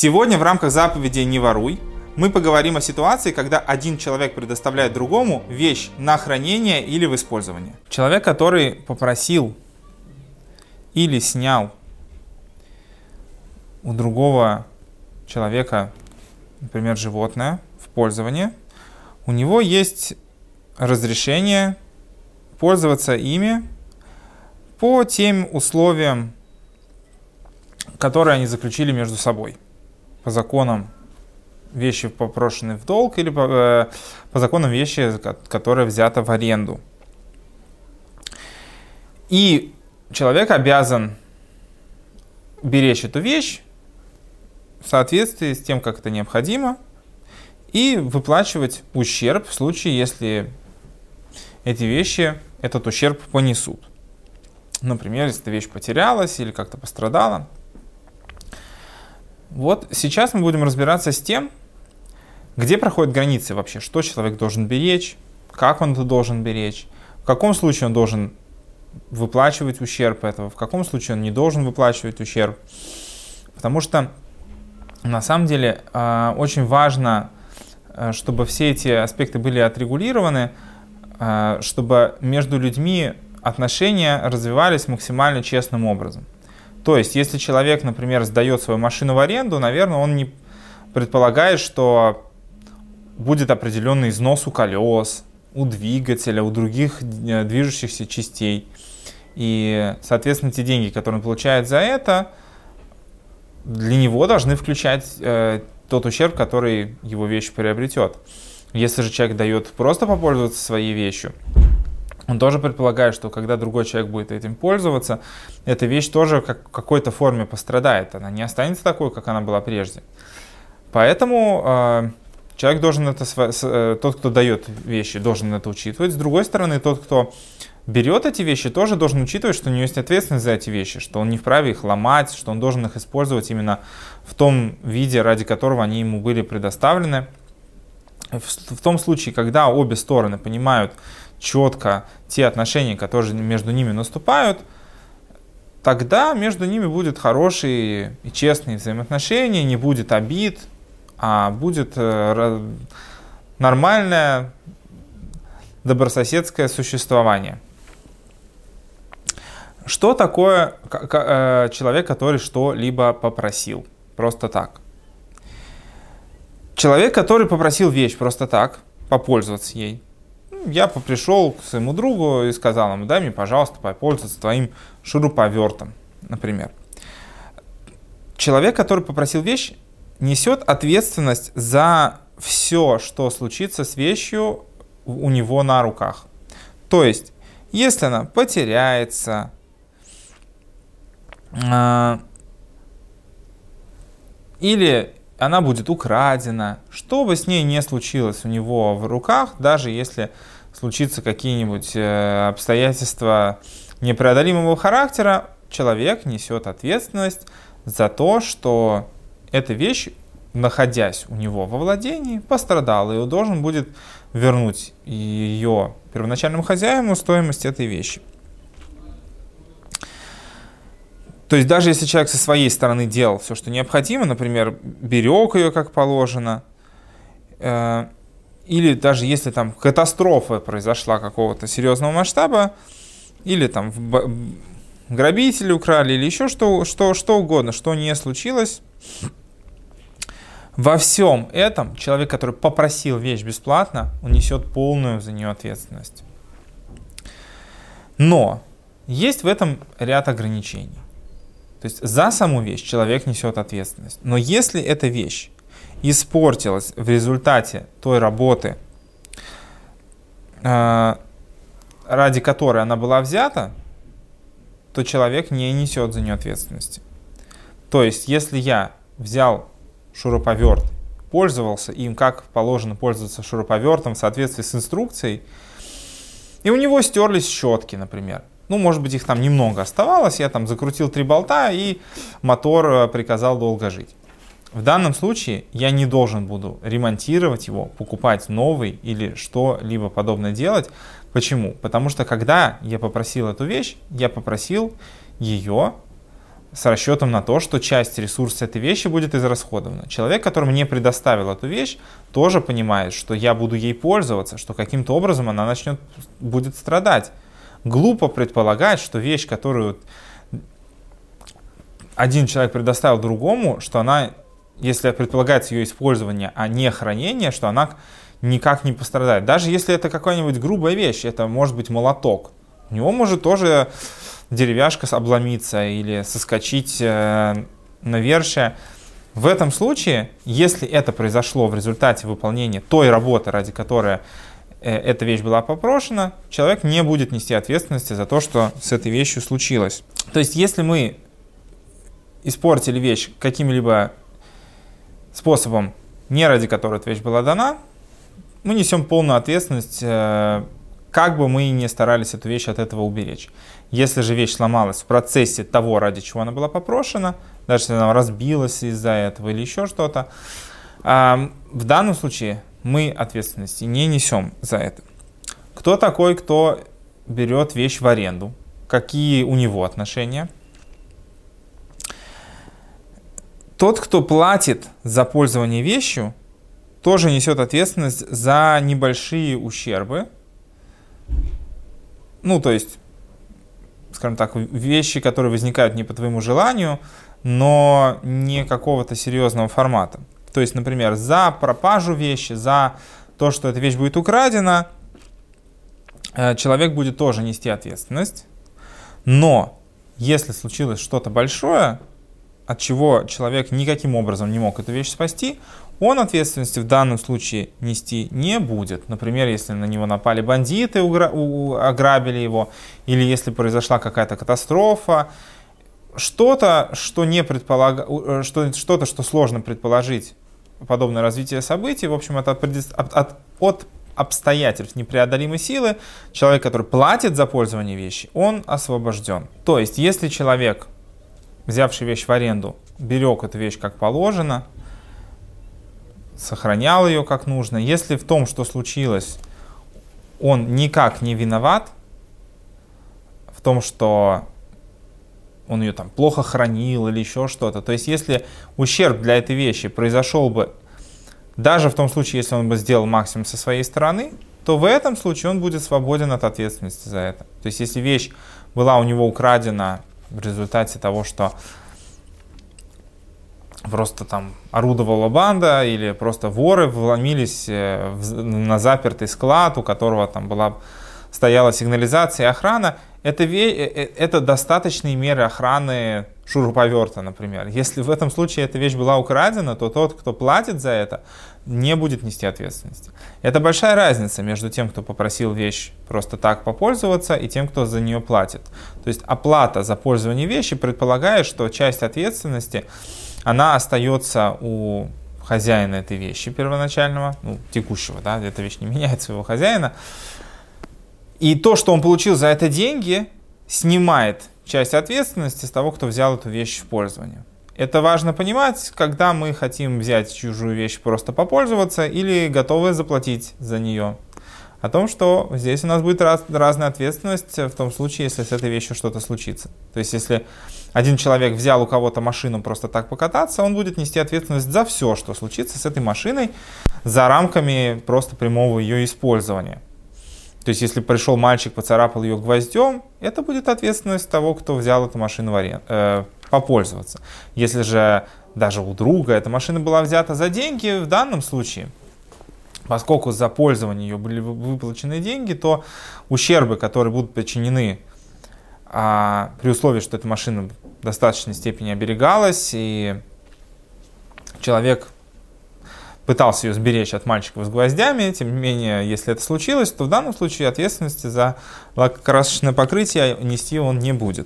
Сегодня в рамках заповеди «Не воруй» мы поговорим о ситуации, когда один человек предоставляет другому вещь на хранение или в использование. Человек, который попросил или снял у другого человека, например, животное в пользование, у него есть разрешение пользоваться ими по тем условиям, которые они заключили между собой. По законам вещи, попрошенные в долг, или по законам вещи, которая взята в аренду. И человек обязан беречь эту вещь в соответствии с тем, как это необходимо, и выплачивать ущерб в случае, если эти вещи этот ущерб понесут. Например, если эта вещь потерялась или как-то пострадала. Вот сейчас мы будем разбираться с тем, где проходят границы вообще, что человек должен беречь, как он это должен беречь, в каком случае он должен выплачивать ущерб этого, в каком случае он не должен выплачивать ущерб. Потому что на самом деле очень важно, чтобы все эти аспекты были отрегулированы, чтобы между людьми отношения развивались максимально честным образом. То есть, если человек, например, сдает свою машину в аренду, наверное, он не предполагает, что будет определенный износ у колес, у двигателя, у других движущихся частей. И, соответственно, те деньги, которые он получает за это, для него должны включать тот ущерб, который его вещь приобретет. Если же человек дает просто попользоваться своей вещью, он тоже предполагает, что когда другой человек будет этим пользоваться, эта вещь тоже в какой-то форме пострадает. Она не останется такой, как она была прежде. Поэтому человек должен тот, кто дает вещи, должен это учитывать. С другой стороны, тот, кто берет эти вещи, тоже должен учитывать, что у него есть ответственность за эти вещи, что он не вправе их ломать, что он должен их использовать именно в том виде, ради которого они ему были предоставлены. В том случае, когда обе стороны понимают четко те отношения, которые между ними наступают, тогда между ними будут хорошие и честные взаимоотношения, не будет обид, а будет нормальное добрососедское существование. Что такое человек, который что-либо попросил? Просто так. Человек, который попросил вещь просто так, попользоваться ей. Я пришел к своему другу и сказал ему: дай мне, пожалуйста, попользоваться твоим шуруповертом, например. Человек, который попросил вещь, несет ответственность за все, что случится с вещью у него на руках. То есть, если она потеряется, или она будет украдена, что бы с ней не случилось у него в руках, даже если случится какие-нибудь обстоятельства непреодолимого характера, человек несет ответственность за то, что эта вещь, находясь у него во владении, пострадала, и он должен будет вернуть ее первоначальному хозяину стоимость этой вещи. То есть даже если человек со своей стороны делал все, что необходимо, например, берег ее как положено, или даже если там катастрофа произошла какого-то серьезного масштаба, или там грабители украли, или еще что угодно, что не случилось, во всем этом человек, который попросил вещь бесплатно, он несет полную за нее ответственность. Но есть в этом ряд ограничений. То есть за саму вещь человек несет ответственность. Но если эта вещь испортилась в результате той работы, ради которой она была взята, то человек не несет за нее ответственности. То есть если я взял шуруповерт, пользовался им, как положено пользоваться шуруповертом в соответствии с инструкцией, и у него стерлись щетки, например. Ну, может быть, их там немного оставалось, я там закрутил 3 болта, и мотор приказал долго жить. В данном случае я не должен буду ремонтировать его, покупать новый или что-либо подобное делать. Почему? Потому что когда я попросил эту вещь, я попросил ее с расчетом на то, что часть ресурса этой вещи будет израсходована. Человек, который мне предоставил эту вещь, тоже понимает, что я буду ей пользоваться, что каким-то образом она будет страдать. Глупо предполагать, что вещь, которую один человек предоставил другому, что она, если предполагается ее использование, а не хранение, что она никак не пострадает. Даже если это какая-нибудь грубая вещь, это может быть молоток. У него может тоже деревяшка обломиться или соскочить навершие. В этом случае, если это произошло в результате выполнения той работы, ради которой эта вещь была попрошена, человек не будет нести ответственности за то, что с этой вещью случилось. То есть, если мы испортили вещь каким-либо способом, не ради которого эта вещь была дана, мы несем полную ответственность, как бы мы ни старались эту вещь от этого уберечь. Если же вещь сломалась в процессе того, ради чего она была попрошена, даже если она разбилась из-за этого или еще что-то, в данном случае мы ответственности не несем за это. Кто такой, кто берет вещь в аренду? Какие у него отношения? Тот, кто платит за пользование вещью, тоже несет ответственность за небольшие ущербы. Ну, то есть, скажем так, вещи, которые возникают не по твоему желанию, но не какого-то серьезного формата. То есть, например, за пропажу вещи, за то, что эта вещь будет украдена, человек будет тоже нести ответственность. Но если случилось что-то большое, от чего человек никаким образом не мог эту вещь спасти, он ответственности в данном случае нести не будет. Например, если на него напали бандиты, ограбили его, или если произошла какая-то катастрофа, что-то, что сложно предположить, подобное развитие событий, в общем, это от обстоятельств непреодолимой силы, человек, который платит за пользование вещи, он освобожден. То есть, если человек, взявший вещь в аренду, берег эту вещь как положено, сохранял ее как нужно, если в том, что случилось, он никак не виноват, в том, что он ее там плохо хранил или еще что-то, то есть если ущерб для этой вещи произошел бы даже в том случае, если он бы сделал максимум со своей стороны, то в этом случае он будет свободен от ответственности за это. То есть если вещь была у него украдена в результате того, что просто там орудовала банда или просто воры вломились на запертый склад, у которого там стояла сигнализация и охрана, это достаточные меры охраны шуруповерта, например. Если в этом случае эта вещь была украдена, то тот, кто платит за это, не будет нести ответственности. Это большая разница между тем, кто попросил вещь просто так попользоваться, и тем, кто за нее платит. То есть оплата за пользование вещи предполагает, что часть ответственности, она остается у хозяина этой вещи первоначального, текущего, да, эта вещь не меняет своего хозяина. И то, что он получил за это деньги, снимает часть ответственности с того, кто взял эту вещь в пользование. Это важно понимать, когда мы хотим взять чужую вещь просто попользоваться или готовы заплатить за нее. О том, что здесь у нас будет разная ответственность в том случае, если с этой вещью что-то случится. То есть, если один человек взял у кого-то машину просто так покататься, он будет нести ответственность за все, что случится с этой машиной, за рамками просто прямого ее использования. То есть, если пришел мальчик, поцарапал ее гвоздем, это будет ответственность того, кто взял эту машину попользоваться. Если же даже у друга эта машина была взята за деньги, в данном случае, поскольку за пользование ее были выплачены деньги, то ущербы, которые будут причинены при условии, что эта машина в достаточной степени оберегалась, и человек пытался ее сберечь от мальчиков с гвоздями, тем не менее, если это случилось, то в данном случае ответственности за лакокрасочное покрытие нести он не будет.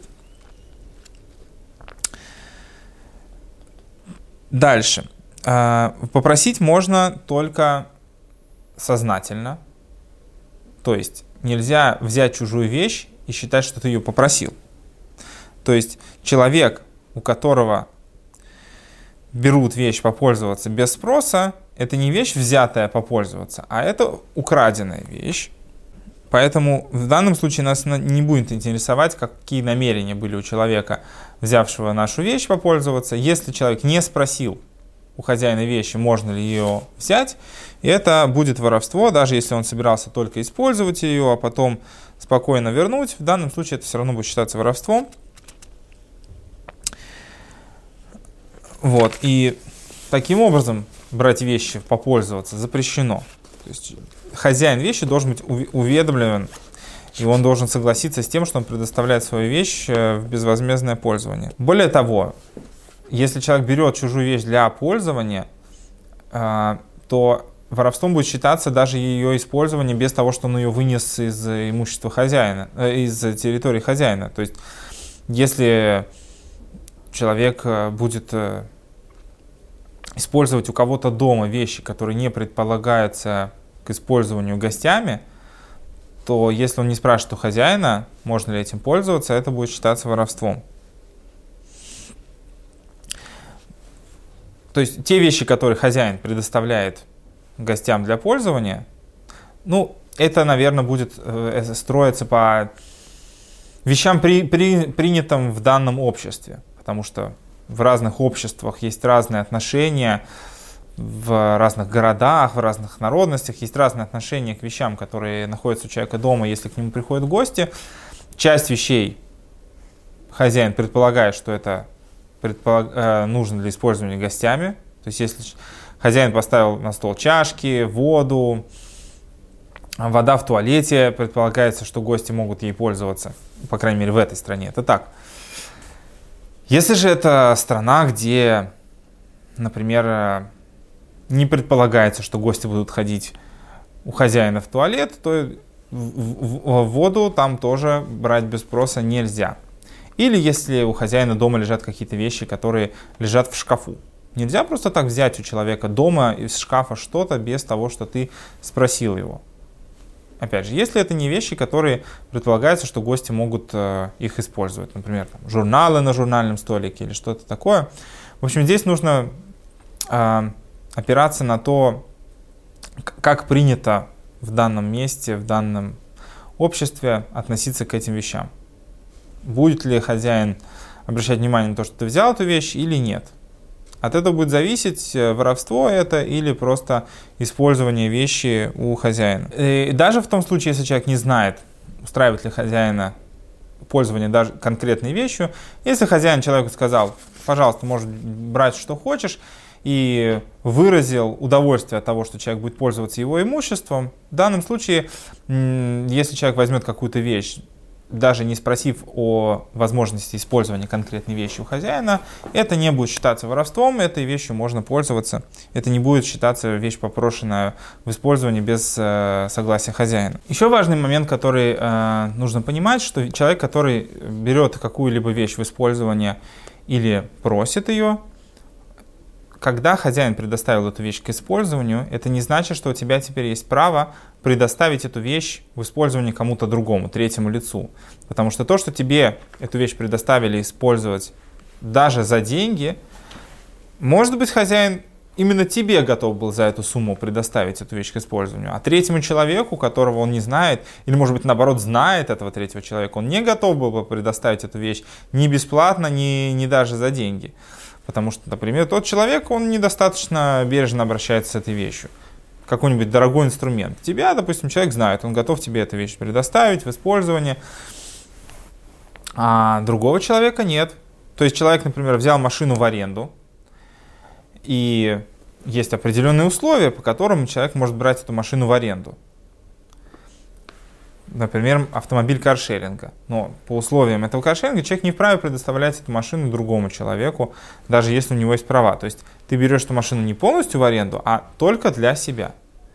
Дальше. Попросить можно только сознательно. То есть нельзя взять чужую вещь и считать, что ты ее попросил. То есть человек, у которого берут вещь попользоваться без спроса, это не вещь взятая попользоваться, а это украденная вещь. Поэтому в данном случае нас не будет интересовать, какие намерения были у человека, взявшего нашу вещь попользоваться. Если человек не спросил у хозяина вещи, можно ли ее взять, это будет воровство, даже если он собирался только использовать ее, а потом спокойно вернуть. В данном случае это все равно будет считаться воровством. Вот. И таким образом брать вещи, попользоваться запрещено. То есть хозяин вещи должен быть уведомлен, и он должен согласиться с тем, что он предоставляет свою вещь в безвозмездное пользование. Более того, если человек берет чужую вещь для пользования, то воровством будет считаться даже ее использование без того, что он ее вынес из имущества хозяина, из территории хозяина. То есть, если человек будет использовать у кого-то дома вещи, которые не предполагаются к использованию гостями, то если он не спрашивает у хозяина, можно ли этим пользоваться, это будет считаться воровством. То есть те вещи, которые хозяин предоставляет гостям для пользования, это, наверное, будет строиться по вещам, принятым в данном обществе, потому что в разных обществах есть разные отношения, в разных городах, в разных народностях есть разные отношения к вещам, которые находятся у человека дома, если к нему приходят гости. Часть вещей хозяин предполагает, что это нужно для использования гостями. То есть если хозяин поставил на стол чашки, воду, вода в туалете, предполагается, что гости могут ей пользоваться. По крайней мере, в этой стране. Это так. Если же это страна, где, например, не предполагается, что гости будут ходить у хозяина в туалет, то воду там тоже брать без спроса нельзя. Или если у хозяина дома лежат какие-то вещи, которые лежат в шкафу. Нельзя просто так взять у человека дома из шкафа что-то без того, что ты спросил его. Опять же, если это не вещи, которые предполагается, что гости могут их использовать. Например, журналы на журнальном столике или что-то такое. В общем, здесь нужно опираться на то, как принято в данном месте, в данном обществе относиться к этим вещам. Будет ли хозяин обращать внимание на то, что ты взял эту вещь или нет. От этого будет зависеть, воровство это или просто использование вещи у хозяина. И даже в том случае, если человек не знает, устраивает ли хозяина пользование даже конкретной вещью, если хозяин человеку сказал, пожалуйста, можешь брать что хочешь, и выразил удовольствие от того, что человек будет пользоваться его имуществом, в данном случае, если человек возьмет какую-то вещь, даже не спросив о возможности использования конкретной вещи у хозяина, это не будет считаться воровством, этой вещью можно пользоваться. Это не будет считаться вещь, попрошенная в использовании без согласия хозяина. Еще важный момент, который нужно понимать, что человек, который берет какую-либо вещь в использование или просит ее, когда хозяин предоставил эту вещь к использованию, это не значит, что у тебя теперь есть право предоставить эту вещь в использование кому-то другому, третьему лицу. Потому что то, что тебе эту вещь предоставили использовать даже за деньги, может быть, хозяин именно тебе готов был за эту сумму предоставить эту вещь к использованию, а третьему человеку, которого он не знает, или, может быть, наоборот, знает этого третьего человека, он не готов был бы предоставить эту вещь ни бесплатно, ни даже за деньги. Потому что, например, тот человек, он недостаточно бережно обращается с этой вещью. Какой-нибудь дорогой инструмент. Тебя, допустим, человек знает, он готов тебе эту вещь предоставить в использование, а другого человека нет. То есть человек, например, взял машину в аренду, и есть определенные условия, по которым человек может брать эту машину в аренду. Например, автомобиль каршеринга. Но по условиям этого каршеринга человек не вправе предоставлять эту машину другому человеку, даже если у него есть права. То есть ты берешь эту машину не полностью в аренду, а только для себя.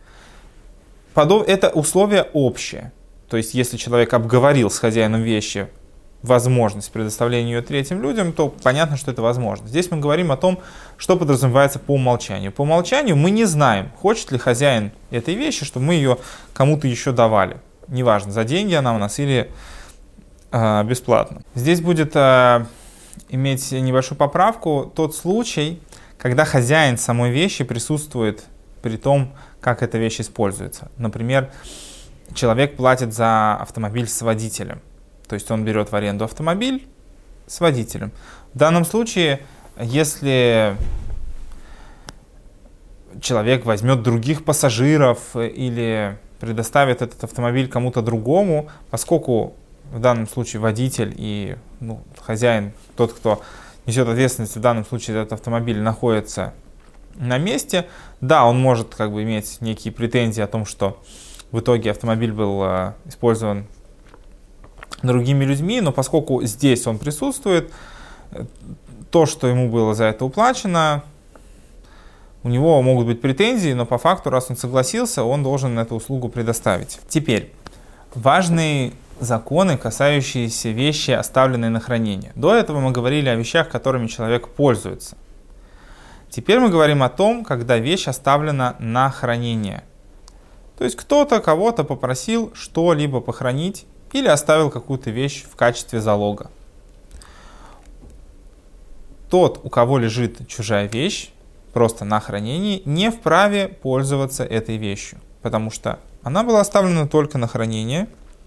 Это условие общее. То есть если человек обговорил с хозяином вещи возможность предоставления ее третьим людям, то понятно, что это возможно. Здесь мы говорим о том, что подразумевается по умолчанию. По умолчанию мы не знаем, хочет ли хозяин этой вещи, чтобы мы ее кому-то еще давали. Неважно, за деньги она у нас или бесплатно. Здесь будет иметь небольшую поправку тот случай, когда хозяин самой вещи присутствует при том, как эта вещь используется. Например, человек платит за автомобиль с водителем. То есть он берет в аренду автомобиль с водителем. В данном случае, если человек возьмет других пассажиров или предоставит этот автомобиль кому-то другому, поскольку в данном случае водитель и хозяин, тот, кто несет ответственность, в данном случае этот автомобиль находится на месте, да, он может иметь некие претензии о том, что в итоге автомобиль был использован другими людьми, но поскольку здесь он присутствует, то, что ему было за это уплачено, у него могут быть претензии, но по факту, раз он согласился, он должен эту услугу предоставить. Теперь, важные законы, касающиеся вещи, оставленные на хранение. До этого мы говорили о вещах, которыми человек пользуется. Теперь мы говорим о том, когда вещь оставлена на хранение. То есть кто-то кого-то попросил что-либо похоронить или оставил какую-то вещь в качестве залога. Тот, у кого лежит чужая вещь, просто на хранении, не вправе пользоваться этой вещью, потому что она была оставлена только на хранение.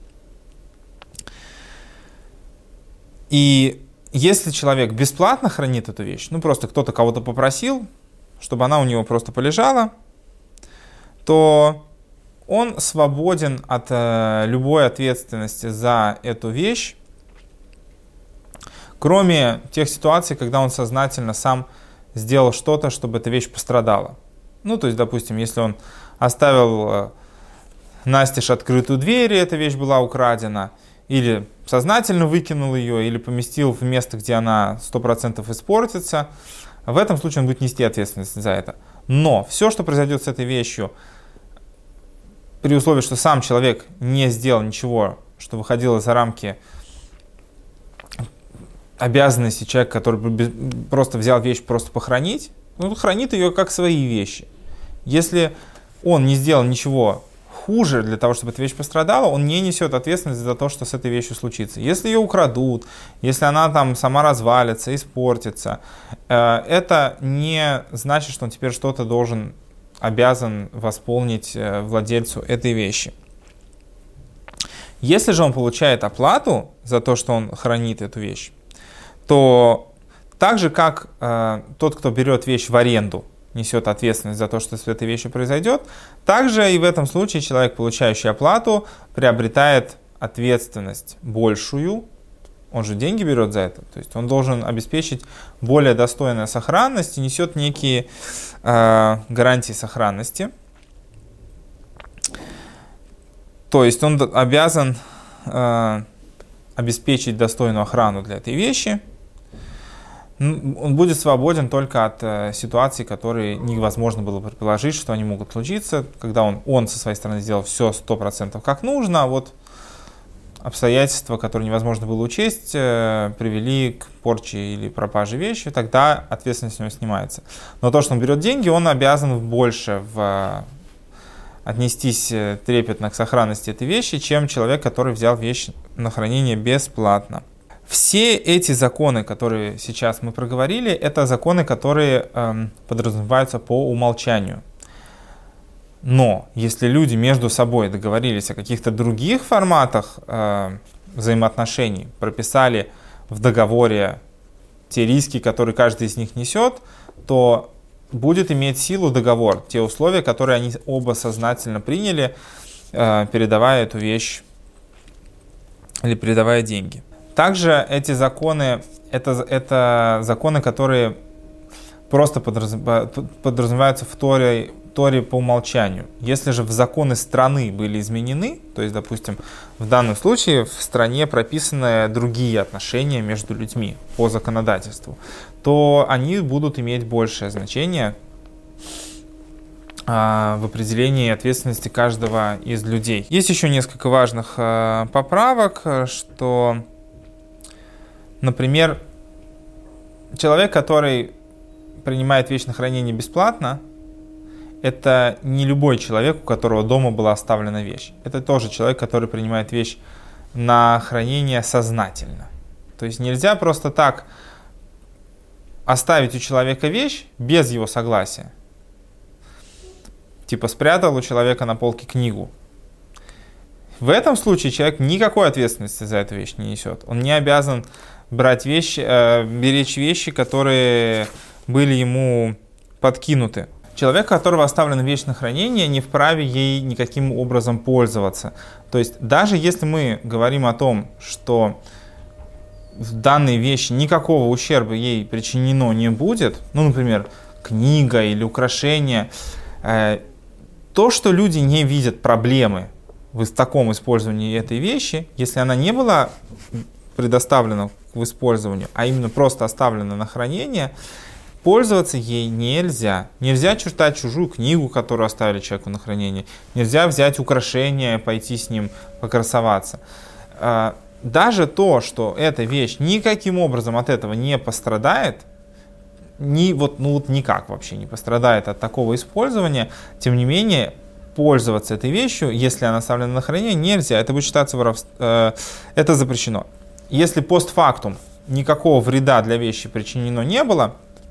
И если человек бесплатно хранит эту вещь, просто кто-то кого-то попросил, чтобы она у него просто полежала, то он свободен от любой ответственности за эту вещь, кроме тех ситуаций, когда он сознательно сам сделал что-то, чтобы эта вещь пострадала. То есть, допустим, если он оставил настежь открытую дверь, и эта вещь была украдена, или сознательно выкинул ее, или поместил в место, где она 100% испортится, в этом случае он будет нести ответственность за это. Но все, что произойдет с этой вещью, при условии, что сам человек не сделал ничего, что выходило за рамки обязанности человека, который просто взял вещь просто похоронить, он хранит ее как свои вещи. Если он не сделал ничего хуже для того, чтобы эта вещь пострадала, он не несет ответственность за то, что с этой вещью случится. Если ее украдут, если она сама развалится, испортится, это не значит, что он теперь что-то обязан восполнить владельцу этой вещи. Если же он получает оплату за то, что он хранит эту вещь, то так же, как тот, кто берет вещь в аренду, несет ответственность за то, что с этой вещью произойдет, также и в этом случае человек, получающий оплату, приобретает ответственность большую. Он же деньги берет за это. То есть он должен обеспечить более достойную сохранность и несет некие гарантии сохранности. То есть он обязан обеспечить достойную охрану для этой вещи. Он будет свободен только от ситуаций, которые невозможно было предположить, что они могут случиться, когда он со своей стороны сделал все 100% как нужно, а вот обстоятельства, которые невозможно было учесть, привели к порче или пропаже вещи, тогда ответственность с него снимается. Но то, что он берет деньги, он обязан больше отнестись трепетно к сохранности этой вещи, чем человек, который взял вещь на хранение бесплатно. Все эти законы, которые сейчас мы проговорили, это законы, которые подразумеваются по умолчанию. Но если люди между собой договорились о каких-то других форматах взаимоотношений, прописали в договоре те риски, которые каждый из них несет, то будет иметь силу договор, те условия, которые они оба сознательно приняли, передавая эту вещь или передавая деньги. Также эти законы, это законы, которые просто подразумеваются в Торе по умолчанию. Если же в законы страны были изменены, то есть, допустим, в данном случае в стране прописаны другие отношения между людьми по законодательству, то они будут иметь большее значение в определении ответственности каждого из людей. Есть еще несколько важных поправок, что, например, человек, который принимает вещь на хранение бесплатно, это не любой человек, у которого дома была оставлена вещь. Это тоже человек, который принимает вещь на хранение сознательно. То есть нельзя просто так оставить у человека вещь без его согласия. Типа спрятал у человека на полке книгу. В этом случае человек никакой ответственности за эту вещь не несет. Он не обязан беречь вещи, которые были ему подкинуты. Человек, у которого оставлена вещь на хранение, не вправе ей никаким образом пользоваться. То есть даже если мы говорим о том, что в данной вещи никакого ущерба ей причинено не будет, ну, например, книга или украшение, то, что люди не видят проблемы в таком использовании этой вещи, если она не была предоставлена в использованию, а именно просто оставлена на хранение, пользоваться ей нельзя. Нельзя читать чужую книгу, которую оставили человеку на хранение. Нельзя взять украшение, пойти с ним покрасоваться. Даже то, что эта вещь никаким образом от этого не пострадает, никак вообще не пострадает от такого использования, тем не менее, пользоваться этой вещью, если она оставлена на хранение, нельзя. Это будет считаться воровством. Это запрещено. Если постфактум никакого вреда для вещи причинено не было,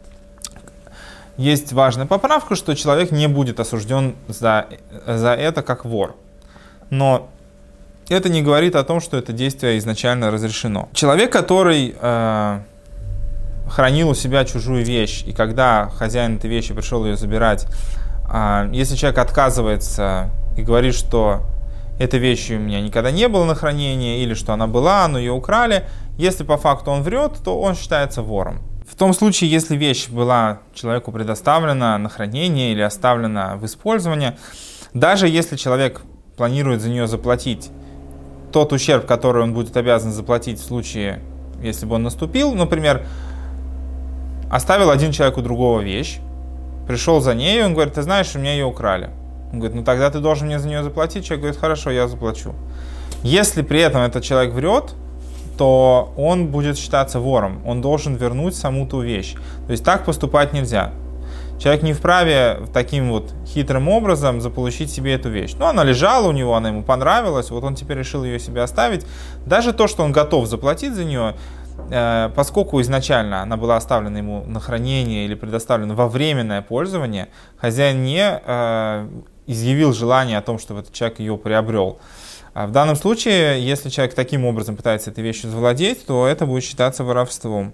есть важная поправка, что человек не будет осужден за это как вор. Но это не говорит о том, что это действие изначально разрешено. Человек, который хранил у себя чужую вещь, и когда хозяин этой вещи пришел ее забирать, если человек отказывается и говорит, что этой вещи у меня никогда не было на хранении, или что она была, но ее украли, если по факту он врет, то он считается вором. В том случае, если вещь была человеку предоставлена на хранение или оставлена в использование, даже если человек планирует за нее заплатить тот ущерб, который он будет обязан заплатить в случае, если бы он наступил, например, оставил один человек у другого вещь, пришел за ней, он говорит: ты знаешь, у меня ее украли. Он говорит: ну тогда ты должен мне за нее заплатить. Человек говорит: хорошо, я заплачу. Если при этом этот человек врет, то он будет считаться вором. Он должен вернуть саму ту вещь. То есть так поступать нельзя. Человек не вправе таким вот хитрым образом заполучить себе эту вещь. Ну, она лежала у него, она ему понравилась, вот он теперь решил ее себе оставить. Даже то, что он готов заплатить за нее, поскольку изначально она была оставлена ему на хранение или предоставлена во временное пользование, хозяин не изъявил желание о том, чтобы этот человек ее приобрел. А в данном случае, если человек таким образом пытается этой вещью завладеть, то это будет считаться воровством.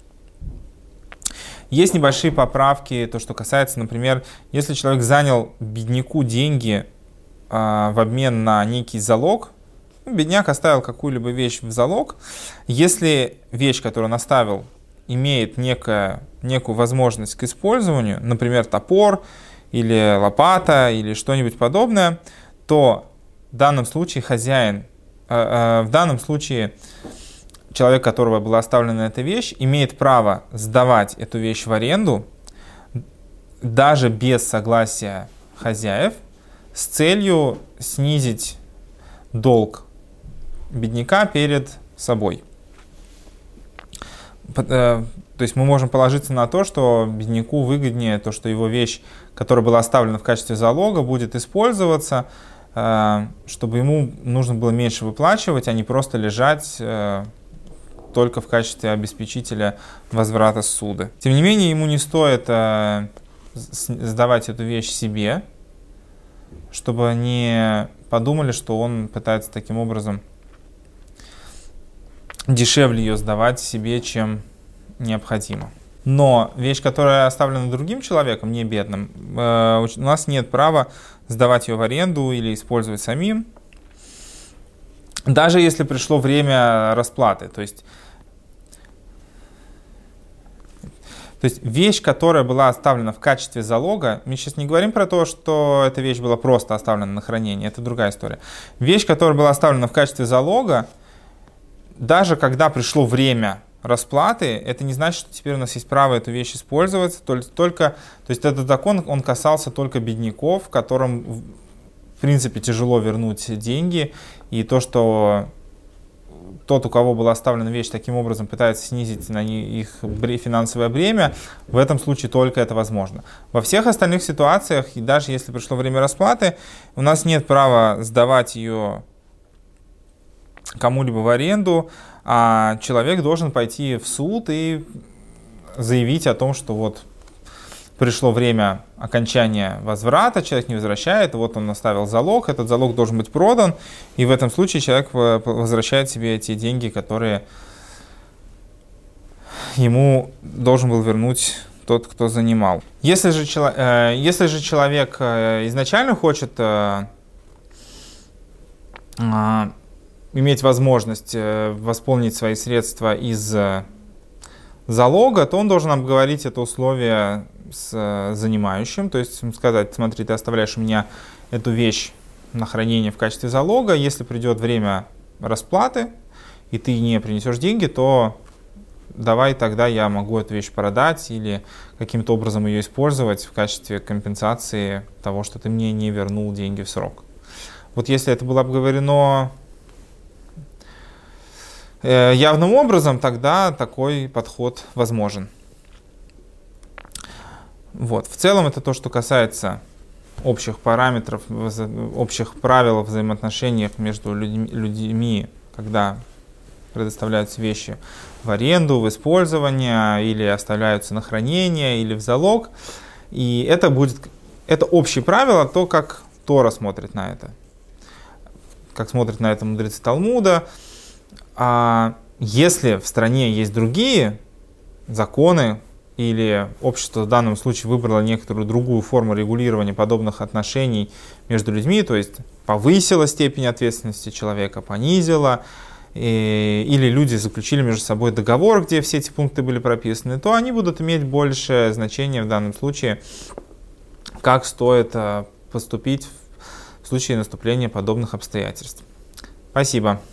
Есть небольшие поправки, то, что касается, например, если человек занял бедняку деньги в обмен на некий залог, бедняк оставил какую-либо вещь в залог. Если вещь, которую он оставил, имеет некую возможность к использованию, например, топор или лопата или что-нибудь подобное, то в данном случае человек, у которого была оставлена эта вещь, имеет право сдавать эту вещь в аренду даже без согласия хозяев с целью снизить долг бедняка перед собой. То есть мы можем положиться на то, что бедняку выгоднее то, что его вещь, которая была оставлена в качестве залога, будет использоваться, чтобы ему нужно было меньше выплачивать, а не просто лежать только в качестве обеспечителя возврата ссуды. Тем не менее, ему не стоит сдавать эту вещь себе, чтобы они подумали, что он пытается таким образом дешевле ее сдавать себе, чем необходимо. Но вещь, которая оставлена другим человеком, не бедным, у нас нет права сдавать ее в аренду или использовать самим, даже если пришло время расплаты. То есть вещь, которая была оставлена в качестве залога, мы сейчас не говорим про то, что эта вещь была просто оставлена на хранение, это другая история. Вещь, которая была оставлена в качестве залога, даже когда пришло время расплаты, это не значит, что теперь у нас есть право эту вещь использовать. То есть этот закон, он касался только бедняков, которым, в принципе, тяжело вернуть деньги. И то, что тот, у кого была оставлена вещь, таким образом пытается снизить на их финансовое бремя, в этом случае только это возможно. Во всех остальных ситуациях, и даже если пришло время расплаты, у нас нет права сдавать ее кому-либо в аренду, а человек должен пойти в суд и заявить о том, что вот пришло время окончания возврата, человек не возвращает, вот он оставил залог, этот залог должен быть продан, и в этом случае человек возвращает себе эти деньги, которые ему должен был вернуть тот, кто занимал. Если же человек изначально хочет иметь возможность восполнить свои средства из залога, то он должен обговорить это условие с занимающим, то есть сказать: смотри, ты оставляешь у меня эту вещь на хранение в качестве залога, если придет время расплаты, и ты не принесешь деньги, то давай тогда я могу эту вещь продать или каким-то образом ее использовать в качестве компенсации того, что ты мне не вернул деньги в срок. Вот если это было обговорено явным образом, тогда такой подход возможен. Вот. В целом это то, что касается общих параметров, общих правил взаимоотношений между людьми, когда предоставляются вещи в аренду, в использование, или оставляются на хранение, или в залог. И это общие правила, то, как Тора смотрит на это. Как смотрят на это мудрецы Талмуда. А если в стране есть другие законы, или общество в данном случае выбрало некоторую другую форму регулирования подобных отношений между людьми, то есть повысила степень ответственности человека, понизила, или люди заключили между собой договор, где все эти пункты были прописаны, то они будут иметь большее значение в данном случае, как стоит поступить в случае наступления подобных обстоятельств. Спасибо.